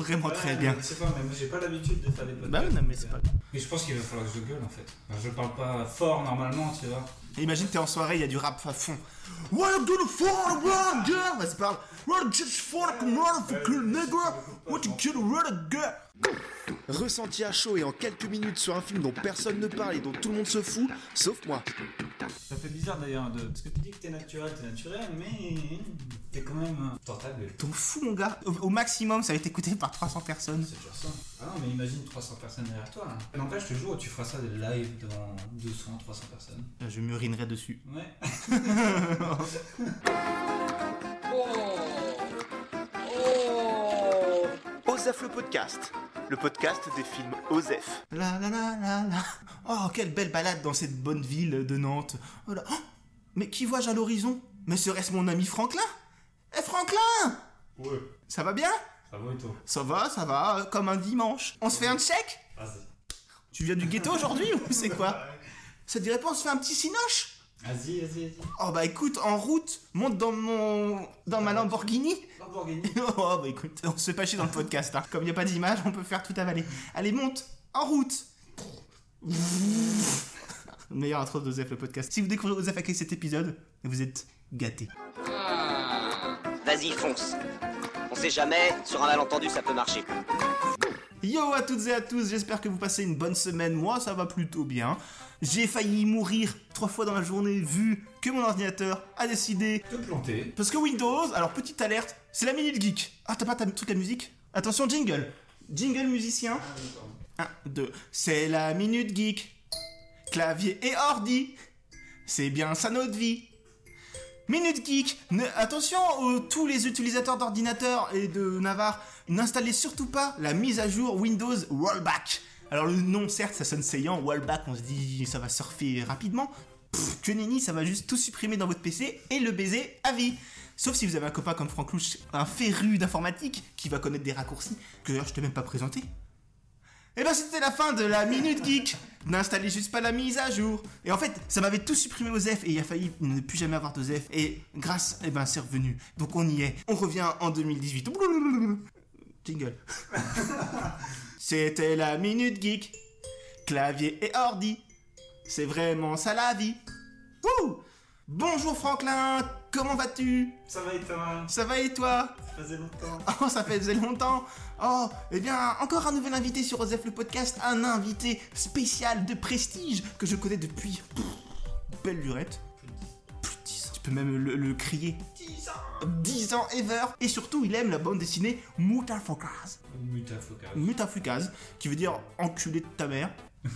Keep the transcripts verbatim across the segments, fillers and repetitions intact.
vraiment ouais, très bien. Je sais pas, mais moi j'ai pas l'habitude de faire des podcasts. Bah oui, non, mais c'est pas grave. Mais je pense qu'il va falloir que je gueule en fait. Enfin, je parle pas fort normalement, tu vois. Et imagine, t'es en soirée, il y a du rap à fond. What you gonna for the one girl? Vas-y, parle. What just for the motherfucker nigga? What you gonna rid of girl? Ressenti à chaud et en quelques minutes sur un film dont personne ne parle et dont tout le monde se fout, sauf moi. Ça fait bizarre d'ailleurs, de... parce que tu dis que t'es naturel, t'es naturel, mais t'es quand même tentable. T'en fous, mon gars. Au, au maximum, ça va être écouté par trois cents personnes. C'est déjà ça. Ah non, mais imagine trois cents personnes derrière toi. Hein. N'empêche, je te jure, tu feras ça des lives devant deux cents, trois cents personnes. Je m'urinerai dessus. Ouais. Osef le podcast, le podcast des films Osef. La la la la la. Oh, quelle belle balade dans cette bonne ville de Nantes. Oh là. Oh, mais qui vois-je à l'horizon? Mais serait-ce mon ami Franklin? Eh Franklin! Ouais. Ça va bien? Ça va et toi? Ça va, ça va, euh, comme un dimanche. On se fait un check? Vas-y. Tu viens du ghetto aujourd'hui ou c'est quoi? Ça te dirait pas on se fait un petit cinoche? Vas-y, vas-y, vas-y. Oh bah écoute, en route, monte dans mon... dans ma Lamborghini. Lamborghini. Oh bah écoute, on se fait pas chier dans le podcast, hein. Comme il n'y a pas d'image, on peut faire tout avaler. Allez, monte, en route. Meilleur intro d'Osef le podcast. Si vous découvrez Osef avec cet épisode, vous êtes gâtés. Vas-y, fonce. On sait jamais, sur un malentendu, ça peut marcher. Yo à toutes et à tous, j'espère que vous passez une bonne semaine. Moi, ça va plutôt bien. J'ai failli mourir trois fois dans la journée vu que mon ordinateur a décidé... Te planter. Parce que Windows, alors petite alerte, c'est la Minute Geek. Ah, t'as pas ta truc à musique? Attention, jingle. Jingle musicien. un, deux. C'est la Minute Geek. Clavier et ordi. C'est bien ça notre vie. Minute Geek. Ne... Attention, euh, tous les utilisateurs d'ordinateurs et de Navarre, n'installez surtout pas la mise à jour Windows Rollback. Alors le nom, certes, ça sonne saillant, Rollback, on se dit ça va surfer rapidement. Pff, que nenni, ça va juste tout supprimer dans votre P C et le baiser à vie. Sauf si vous avez un copain comme Franck Louche, un féru d'informatique, qui va connaître des raccourcis, que d'ailleurs je t'ai même pas présenté. Et ben c'était la fin de la Minute Geek. N'installez juste pas la mise à jour. Et en fait, ça m'avait tout supprimé aux F et il a failli ne plus jamais avoir de F. Et grâce, eh ben c'est revenu. Donc on y est. On revient en deux mille dix-huit. Jingle. C'était la Minute Geek. Clavier et ordi. C'est vraiment ça la vie. Wouh! Bonjour Franklin, comment vas-tu? Ça va et toi? Ça va et toi? Ça faisait longtemps. Oh, ça faisait longtemps. Oh, eh bien, encore un nouvel invité sur Osef le podcast, un invité spécial de prestige que je connais depuis pff, belle lurette. Plus de dix ans. Tu peux même le, le crier. dix ans. dix ans ever. Et surtout, il aime la bande dessinée Mutafukaz. Mutafukaz. Mutafukaz, qui veut dire enculé de ta mère.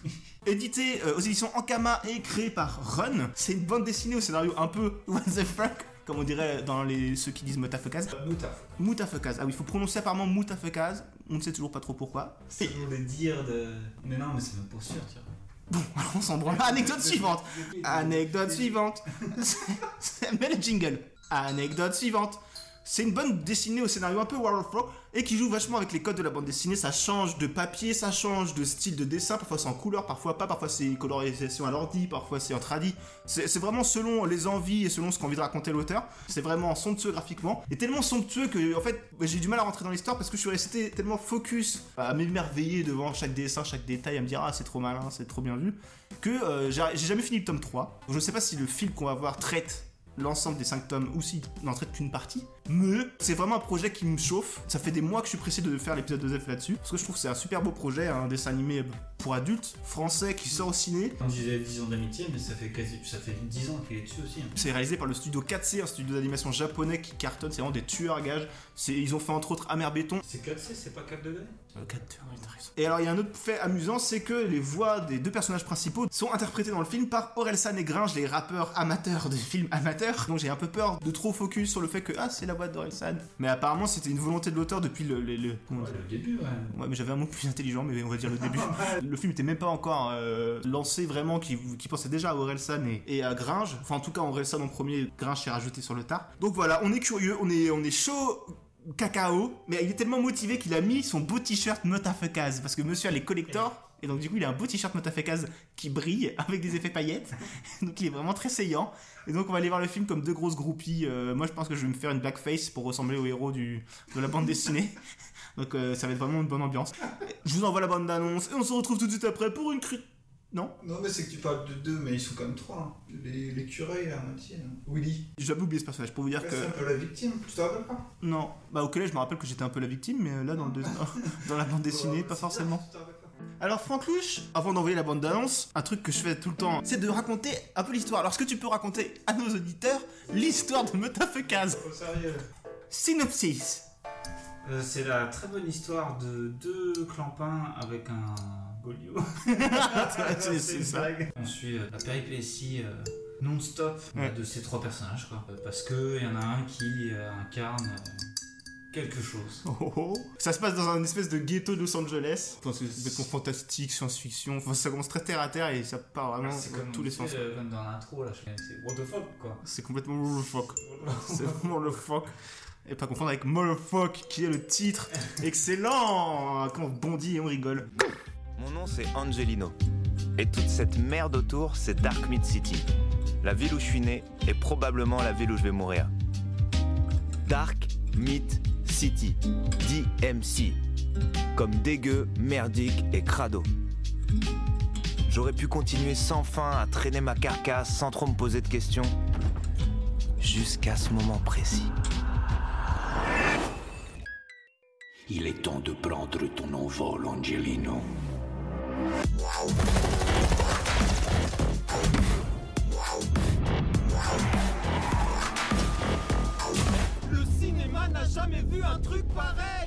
Édité euh, aux éditions Ankama et créé par Run. C'est une bande dessinée au scénario un peu what the fuck, comme on dirait dans les ceux qui disent Mutafukaz. Mutaf. Mutafukaz. Ah oui, il faut prononcer apparemment Mutafukaz. On ne sait toujours pas trop pourquoi. C'est pour les dire de... Mais non, mais c'est même pas sûr, tiens. Bon, alors on s'en branle. Anecdote suivante. Anecdote suivante. C'est mais le jingle. Anecdote suivante. C'est une bande dessinée au scénario un peu World of Warcraft et qui joue vachement avec les codes de la bande dessinée. Ça change de papier, ça change de style de dessin. Parfois c'est en couleur, parfois pas. Parfois c'est colorisation à l'ordi, parfois c'est en tradi. C'est, c'est vraiment selon les envies et selon ce qu'a envie de raconter l'auteur. C'est vraiment somptueux graphiquement. Et tellement somptueux que en fait j'ai du mal à rentrer dans l'histoire parce que je suis resté tellement focus à m'émerveiller devant chaque dessin, chaque détail, à me dire ah c'est trop malin, c'est trop bien vu, que euh, j'ai, j'ai jamais fini le tome trois. Donc, je sais pas si le fil qu'on va voir traite l'ensemble des cinq tomes ou si n'en traite qu'une partie, mais c'est vraiment un projet qui me chauffe. Ça fait des mois que je suis pressé de faire l'épisode deux F là-dessus parce que je trouve que c'est un super beau projet, un dessin animé pour adultes français qui sort au ciné. On disait dix ans d'amitié, mais ça fait quasi ça fait dix ans qu'il est dessus aussi. Hein. C'est réalisé par le studio quatre C, un studio d'animation japonais qui cartonne, c'est vraiment des tueurs à gages. C'est, ils ont fait entre autres Amer Béton. C'est quatre C, c'est pas quatre degrés euh, quatre degrés, t'as raison. Et alors il y a un autre fait amusant, c'est que les voix des deux personnages principaux sont interprétées dans le film par Orelsan et Gringe, les rappeurs amateurs de films amateurs. Donc j'ai un peu peur de trop focus sur le fait que ah c'est la voix d'Orelsan. Mais apparemment c'était une volonté de l'auteur depuis le, le, le, comment ouais, dire le début, ouais. Ouais, mais j'avais un mot plus intelligent, mais on va dire le début. Le film était même pas encore euh, lancé vraiment, qui, qui pensait déjà à Orelsan et, et à Gringe. Enfin en tout cas Orelsan en premier, Gringe s'est rajouté sur le tard. Donc voilà, on est curieux, on est, on est chaud cacao, mais il est tellement motivé qu'il a mis son beau t-shirt Mutafukaz parce que monsieur a les collectors. Et donc du coup il a un beau t-shirt Mutafukaz qui brille avec des effets paillettes. Donc il est vraiment très saillant. Et donc on va aller voir le film comme deux grosses groupies. Euh, moi je pense que je vais me faire une blackface pour ressembler au héros du, de la bande dessinée. Donc euh, ça va être vraiment une bonne ambiance. Je vous envoie la bande d'annonce et on se retrouve tout de suite après pour une cri... Non ? Non, mais c'est que tu parles de deux, mais ils sont quand même trois. Hein. Les, l'écureuil, à moitié. Hein. Willy. J'avais oublié ce personnage pour vous dire Ouais, que... C'est un peu la victime, tu te rappelles pas ? Non. Bah au collège, je me rappelle que j'étais un peu la victime, mais là, dans, le deux... dans la bande dessinée, Ouais, pas c'est forcément. bien, tu te rappelles pas. Alors Franckluche, avant d'envoyer la bande d'annonce, un truc que je fais tout le temps, c'est de raconter un peu l'histoire. Alors, est-ce que tu peux raconter à nos auditeurs l'histoire de Metafekaz ? Au sérieux. Synopsis. Euh, c'est la très bonne histoire de deux clampins avec un Golio. c'est, c'est ça. On suit euh, la péripétie euh, non-stop Ouais. euh, de ces trois personnages, quoi. Euh, parce qu'il y en a un qui euh, incarne euh, quelque chose. Oh, oh, oh. Ça se passe dans un espèce de ghetto de Los Angeles. Enfin, c'est complètement fantastique, science-fiction. Enfin, ça commence très terre à terre et ça part vraiment c'est dans comme, tous les tu sens. sais, euh, comme dans l'intro, là, je fais, c'est what the fuck, quoi. C'est complètement motherfuck. C'est vraiment le fuck. Et pas confondre avec Motherfuck, qui est le titre. Excellent. Quand on bondit et on rigole. Mon nom c'est Angelino. Et toute cette merde autour, c'est Dark Mid City. La ville où je suis né et probablement la ville où je vais mourir. Dark Mid City. D M C. Comme dégueu, merdique et crado. J'aurais pu continuer sans fin à traîner ma carcasse sans trop me poser de questions. Jusqu'à ce moment précis. Il est temps de prendre ton envol, Angelino. Le cinéma n'a jamais vu un truc pareil.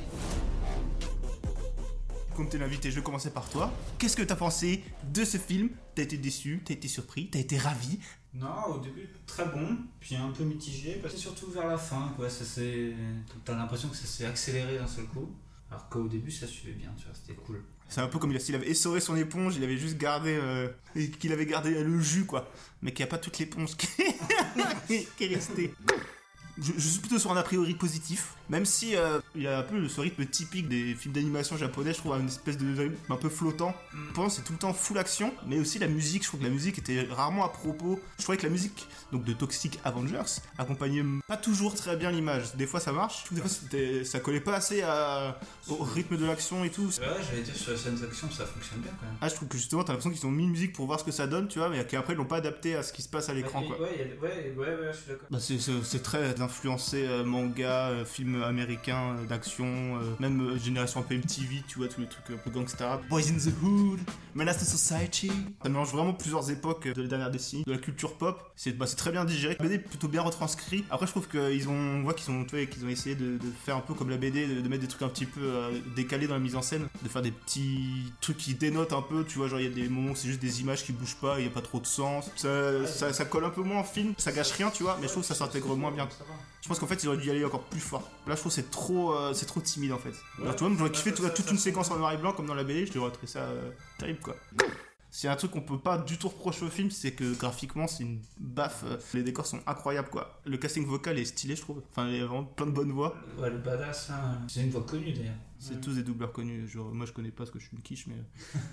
Comme t'es l'invité, je vais commencer par toi. Qu'est-ce que t'as pensé de ce film ? T'as été déçu, t'as été surpris, t'as été ravi ? Non, au début, très bon, puis un peu mitigé, parce que surtout vers la fin, quoi, ça s'est... T'as l'impression que ça s'est accéléré d'un seul coup, alors qu'au début, ça suivait bien, tu vois, c'était cool. C'est un peu comme s'il avait essoré son éponge, il avait juste gardé... Euh, et qu'il avait gardé le jus, quoi. Mais qu'il n'y a pas toute l'éponge qui qui est restée. Je, je suis plutôt sur un a priori positif, même si euh, il y a un peu ce rythme typique des films d'animation japonais, je trouve une espèce de rythme un peu flottant. Je pense que c'est tout le temps full action, mais aussi la musique, je trouve que la musique était rarement à propos. Je trouvais que la musique donc de Toxic Avengers accompagnait pas toujours très bien l'image. Des fois ça marche, je trouve que des fois c'était, ça collait pas assez à, au rythme de l'action et tout. Ouais, j'allais dire sur les scènes d'action, ça fonctionne bien quand même. Ah, je trouve que justement t'as l'impression qu'ils ont mis une musique pour voir ce que ça donne, tu vois, mais qu'après ils l'ont pas adapté à ce qui se passe à l'écran, ouais, quoi. Ouais, ouais, ouais, ouais, ouais, je suis d'accord. Bah c'est, c'est, c'est très influencé euh, manga, euh, film américain, euh, d'action, euh, même euh, génération un peu M T V, tu vois, tous les trucs un peu gangsta. Boys in the Hood, Menace to Society. Ça mélange vraiment plusieurs époques de la dernière décennie, de la culture pop. C'est, bah, c'est très bien digéré. La B D est plutôt bien retranscrit. Après, je trouve qu'ils ont, on voit qu'ils ont, tu vois, qu'ils ont essayé de, de faire un peu comme la B D, de, de mettre des trucs un petit peu euh, décalés dans la mise en scène, de faire des petits trucs qui dénotent un peu, tu vois, genre il y a des moments où c'est juste des images qui bougent pas, il y a pas trop de sens. Ça, ça, ça colle un peu moins en film, ça gâche rien, tu vois, mais je trouve que ça s'intègre moins bien. Je pense qu'en fait ils auraient dû y aller encore plus fort. Là je trouve que c'est trop, euh, c'est trop timide en fait. Ouais, Alors, tu vois, j'aurais ouais, kiffé ça, tu vois, ça, toute ça, une ça, séquence ça. en noir et blanc comme dans la B D, je devrais trouver ça euh, terrible quoi. C'est un truc qu'on peut pas du tout reprocher au film, c'est que graphiquement c'est une baffe. euh, Les décors sont incroyables quoi. Le casting vocal est stylé je trouve. Enfin il y a vraiment plein de bonnes voix. Ouais, le badass, là, c'est une voix connue d'ailleurs. C'est Ouais. tous des doubleurs connus. Genre, moi je connais pas parce que je suis une quiche mais.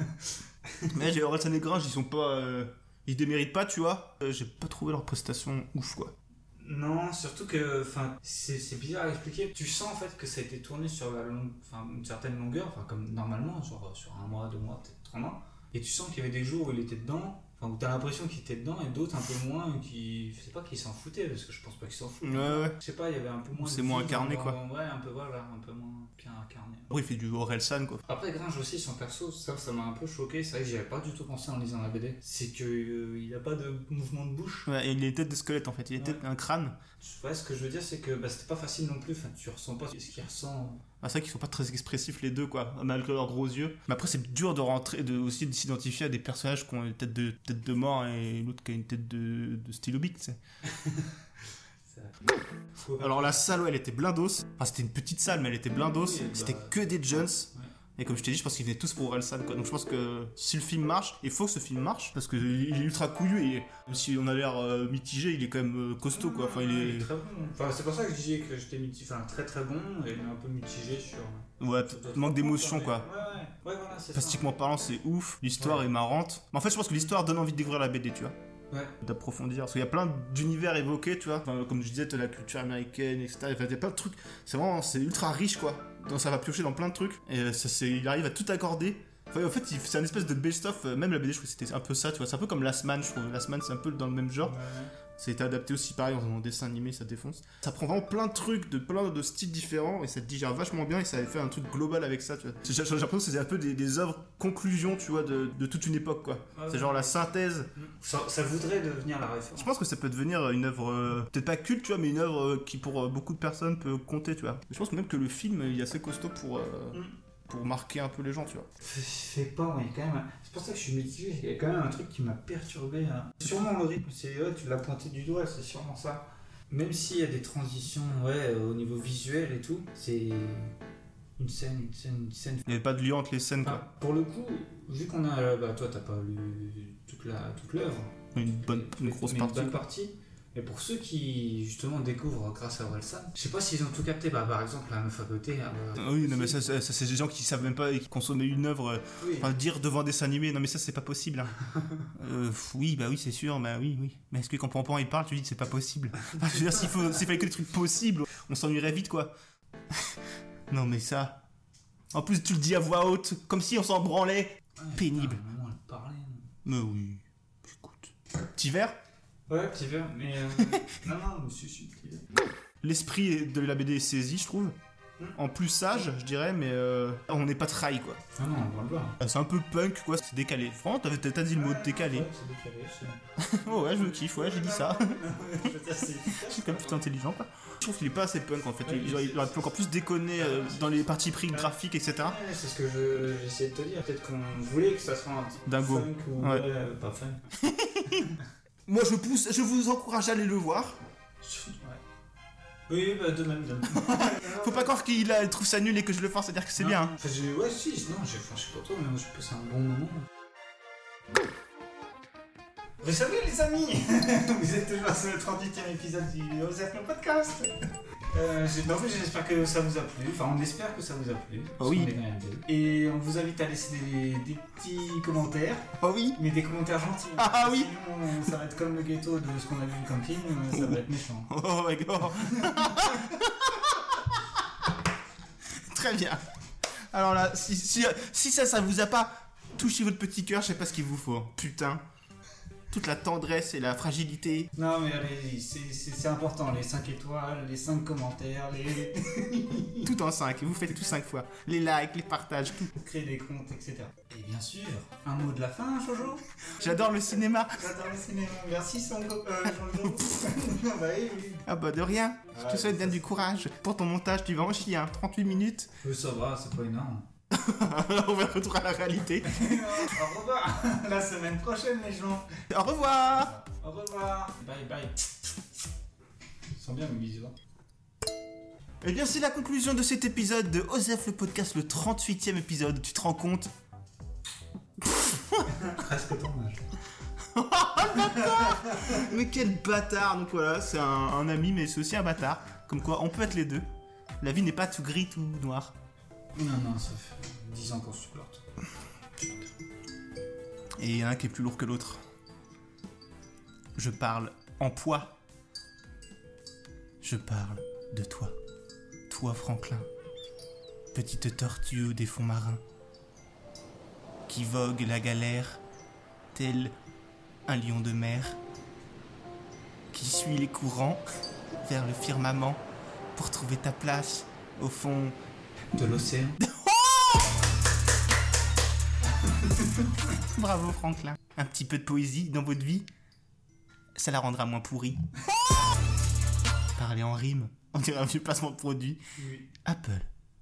mais j'ai Orelsan et Gringe, ils sont pas. euh, Ils déméritent pas tu vois. Euh, j'ai pas trouvé leur prestation ouf quoi. Non, surtout que, enfin, c'est, c'est bizarre à expliquer. Tu sens en fait que ça a été tourné sur la longue, enfin, une certaine longueur, enfin, comme normalement, genre sur un mois, deux mois, peut-être trois mois. Et tu sens qu'il y avait des jours où il était dedans, enfin, où t'as l'impression qu'il était dedans, et d'autres un peu moins, qui, je sais pas, qui s'en foutaient, parce que je pense pas qu'ils s'en foutent. Ouais ouais. Je sais pas, il y avait un peu moins. C'est de moins vie incarné, dans- quoi. Ouais, un peu, voilà, un peu moins bien incarné. Après il fait du Orelsan quoi. Après, Gringe aussi, son perso, ça, ça m'a un peu choqué. C'est vrai que j'y avais pas du tout pensé en lisant la B D. C'est que euh, il a pas de mouvement de bouche. Ouais, et il est tête de squelette en fait, il est tête Ouais. un crâne. Ouais, ce que je veux dire, c'est que bah, c'était pas facile non plus. Enfin, tu ressens pas ce qu'il ressent. Ah, c'est vrai qu'ils sont pas très expressifs les deux quoi, malgré leurs gros yeux. Mais après c'est dur de rentrer, de aussi de s'identifier à des personnages qui ont une tête de, tête de mort et l'autre qui a une tête de, de stylo bic, tu sais. Faut- Alors la salle ouais, elle était blindos. Enfin c'était une petite salle mais elle était blindos. Oui, bah, C'était que des jeunes. Ouais. Et comme je t'ai dit, je pense qu'ils venaient tous pour Orelsan quoi. Donc je pense que si le film marche, il faut que ce film marche parce qu'il est ultra couillu et même si on a l'air euh, mitigé, il est quand même euh, costaud quoi. Enfin il est très bon. Enfin, c'est pour ça que je disais que j'étais mitigé, enfin très très bon et un peu mitigé sur. ouais, sur peut- d'autres manque points, d'émotion mais- quoi. Ouais, ouais, ouais, voilà, c'est ça. Plastiquement parlant, c'est ouf. L'histoire Ouais. est marrante. Mais en fait, je pense que l'histoire donne envie de découvrir la B D, tu vois. Ouais. D'approfondir. Parce qu'il y a plein d'univers évoqués, tu vois. Enfin, comme je disais, t'as la culture américaine, et cetera. Enfin, il y a plein de trucs. C'est vraiment, c'est ultra riche, quoi. donc ça va piocher dans plein de trucs, et ça, c'est, il arrive à tout accorder. Enfin, en fait, il- c'est un espèce de best-of, euh, même la B D, je trouve que c'était un peu ça, tu vois, c'est un peu comme Last Man, je trouve. Last Man, c'est un peu dans le même genre. Ouais. Ça a été adapté aussi pareil en dessin animé, ça défonce. Ça prend vraiment plein de trucs, de plein de styles différents, et ça te digère vachement bien, et ça avait fait un truc global avec ça, tu vois. J'ai, j'ai l'impression que c'est un peu des, des œuvres conclusion, tu vois, de, de toute une époque, quoi. Ouais, c'est ouais. genre la synthèse. Ça, ça voudrait devenir la référence. Je pense que ça peut devenir une œuvre, euh, peut-être pas culte, tu vois, mais une œuvre euh, qui pour euh, beaucoup de personnes peut compter, tu vois. Je pense même que le film, il est assez costaud pour, euh, Mm. pour marquer un peu les gens, tu vois. Je sais pas, mais quand même. C'est pour ça que je suis mitigé. Il y a quand même un truc qui m'a perturbé. Hein. C'est sûrement le rythme. C'est, ouais, tu l'as pointé du doigt, c'est sûrement ça. Même s'il y a des transitions, ouais, au niveau visuel et tout, c'est une scène, une scène, une scène. Il n'y avait pas de lien entre les scènes, Enfin, quoi. pour le coup, vu qu'on a, bah, toi, t'as pas lu toute la, toute l'œuvre. Une bonne, une Mais- grosse mais partie. Une bonne partie. Et pour ceux qui justement découvrent grâce à Orelsan, je sais pas s'ils ont tout capté. Bah, par exemple, la meuf à côté. Ah, bah, Ah oui, non, mais ça, ça, ça, c'est des gens qui savent même pas et qui consomment une œuvre. euh, oui. Enfin, dire devant un dessin animé, non, mais ça, c'est pas possible. Hein. euh, pff, oui, bah oui, c'est sûr, bah oui, oui. Mais est-ce que quand Pampan il parle, tu dis que c'est pas possible? Enfin, je veux dire, s'il, faut, s'il fallait que des trucs possibles, on s'ennuierait vite, quoi. Non, mais ça. En plus, tu le dis à voix haute, comme si on s'en branlait. Ouais, pénible. putain, à un moment, elle parlait, Mais non. oui, écoute. Petit verre. Ouais, petit verre, mais. Euh... non, non, monsieur, je suis petit verre. L'esprit de la B D est saisi, je trouve. En plus sage, je dirais, mais euh, on n'est pas trahi, quoi. Ah non, on va le voir. Euh, C'est un peu punk, quoi, c'est décalé. Franchement, t'avais- t'as dit le mot décalé. Ouais, c'est décalé, c'est. Oh ouais, je kiffe, ouais, j'ai dit ça. Je veux dire, c'est efficace. Je suis quand même plutôt intelligent, quoi. Je trouve qu'il est pas assez punk, en fait. Ouais, Il, aurait, il aurait pu encore plus déconner euh, dans les parties pris graphiques, et cetera. Ouais, c'est ce que je, j'essayais de te dire. Peut-être qu'on voulait que ça soit un petit peu Dingo. funk ou Ouais. ouais, pas funk. Moi, je pousse, je vous encourage à aller le voir. Ouais. Oui, bah de même, de même. Faut pas croire qu'il a- il trouve ça nul et que je le force à dire que c'est bien. hein. Enfin, j'ai... Ouais, si, non, j'ai... Enfin, je sais pas toi, mais moi, j'ai passé un bon moment. Vous savez, les amis, vous êtes toujours sur le trente-huitième épisode du Osef No Podcast. Euh, j'ai... En fait, j'espère que ça vous a plu. Enfin, on espère que ça vous a plu. parce oui. qu'on est quand même deux. Et on vous invite à laisser des, des petits commentaires, Oh oui. mais des commentaires gentils. Ah, ah oui. Sinon, ça va être comme le ghetto de ce qu'on a vu du camping, ça va être méchant. Oh my god. Très bien. Alors là, si, si, si ça, ça vous a pas touché votre petit cœur, je sais pas ce qu'il vous faut. Putain. Toute la tendresse et la fragilité. Non, mais allez, c'est, c'est, c'est important. Les cinq étoiles, les cinq commentaires, les... Tout en cinq. Vous faites tout cinq fois. Les likes, les partages, tout. créer des comptes, et cetera. Et bien sûr, un mot de la fin, Jojo. J'adore le cinéma. J'adore le cinéma. Merci, Sango. Euh, Jojo. Ah bah oui, oui. Ah bah de rien. Je te Ouais, souhaite bien ça, du courage. Pour ton montage, tu vas en chier, hein. trente-huit minutes. Mais ça va, c'est pas énorme. On va retrouver à la réalité. Au revoir. La semaine prochaine, les gens. Au revoir. Au revoir. Bye bye. Sens bien mes bisous. Eh bien, c'est la conclusion de cet épisode de Osef le podcast, le trente-huitième épisode. Tu te rends compte? Presque ton âge. Mais quel bâtard. Donc voilà, c'est un, un ami, mais c'est aussi un bâtard. Comme quoi, on peut être les deux. La vie n'est pas tout gris, tout noir. Non, non, ça fait dix ans qu'on se supporte. Et il y en a un qui est plus lourd que l'autre. Je parle en poids. Je parle de toi. Toi, Franklin. Petite tortue des fonds marins. Qui vogue la galère, tel un lion de mer. Qui suit les courants vers le firmament pour trouver ta place au fond De l'océan. Bravo Franklin. Un petit peu de poésie dans votre vie, ça la rendra moins pourrie. Parler en rime, on dirait un vieux placement de produit. Oui. Apple.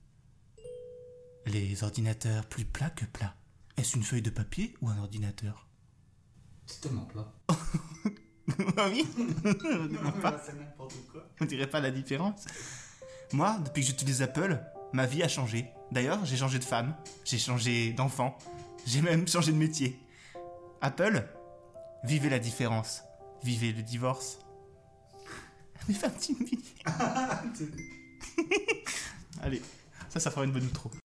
Les ordinateurs plus plats que plats. Est-ce une feuille de papier ou un ordinateur? C'est tellement plat. Ah oui. C'est n'importe quoi. On dirait pas la différence. Moi, depuis que j'utilise Apple, ma vie a changé. D'ailleurs, j'ai changé de femme, j'ai changé d'enfant, j'ai même changé de métier. Apple, vivez la différence. Vivez le divorce. Mais fais un petit mi. Allez, ça, ça fera une bonne outro.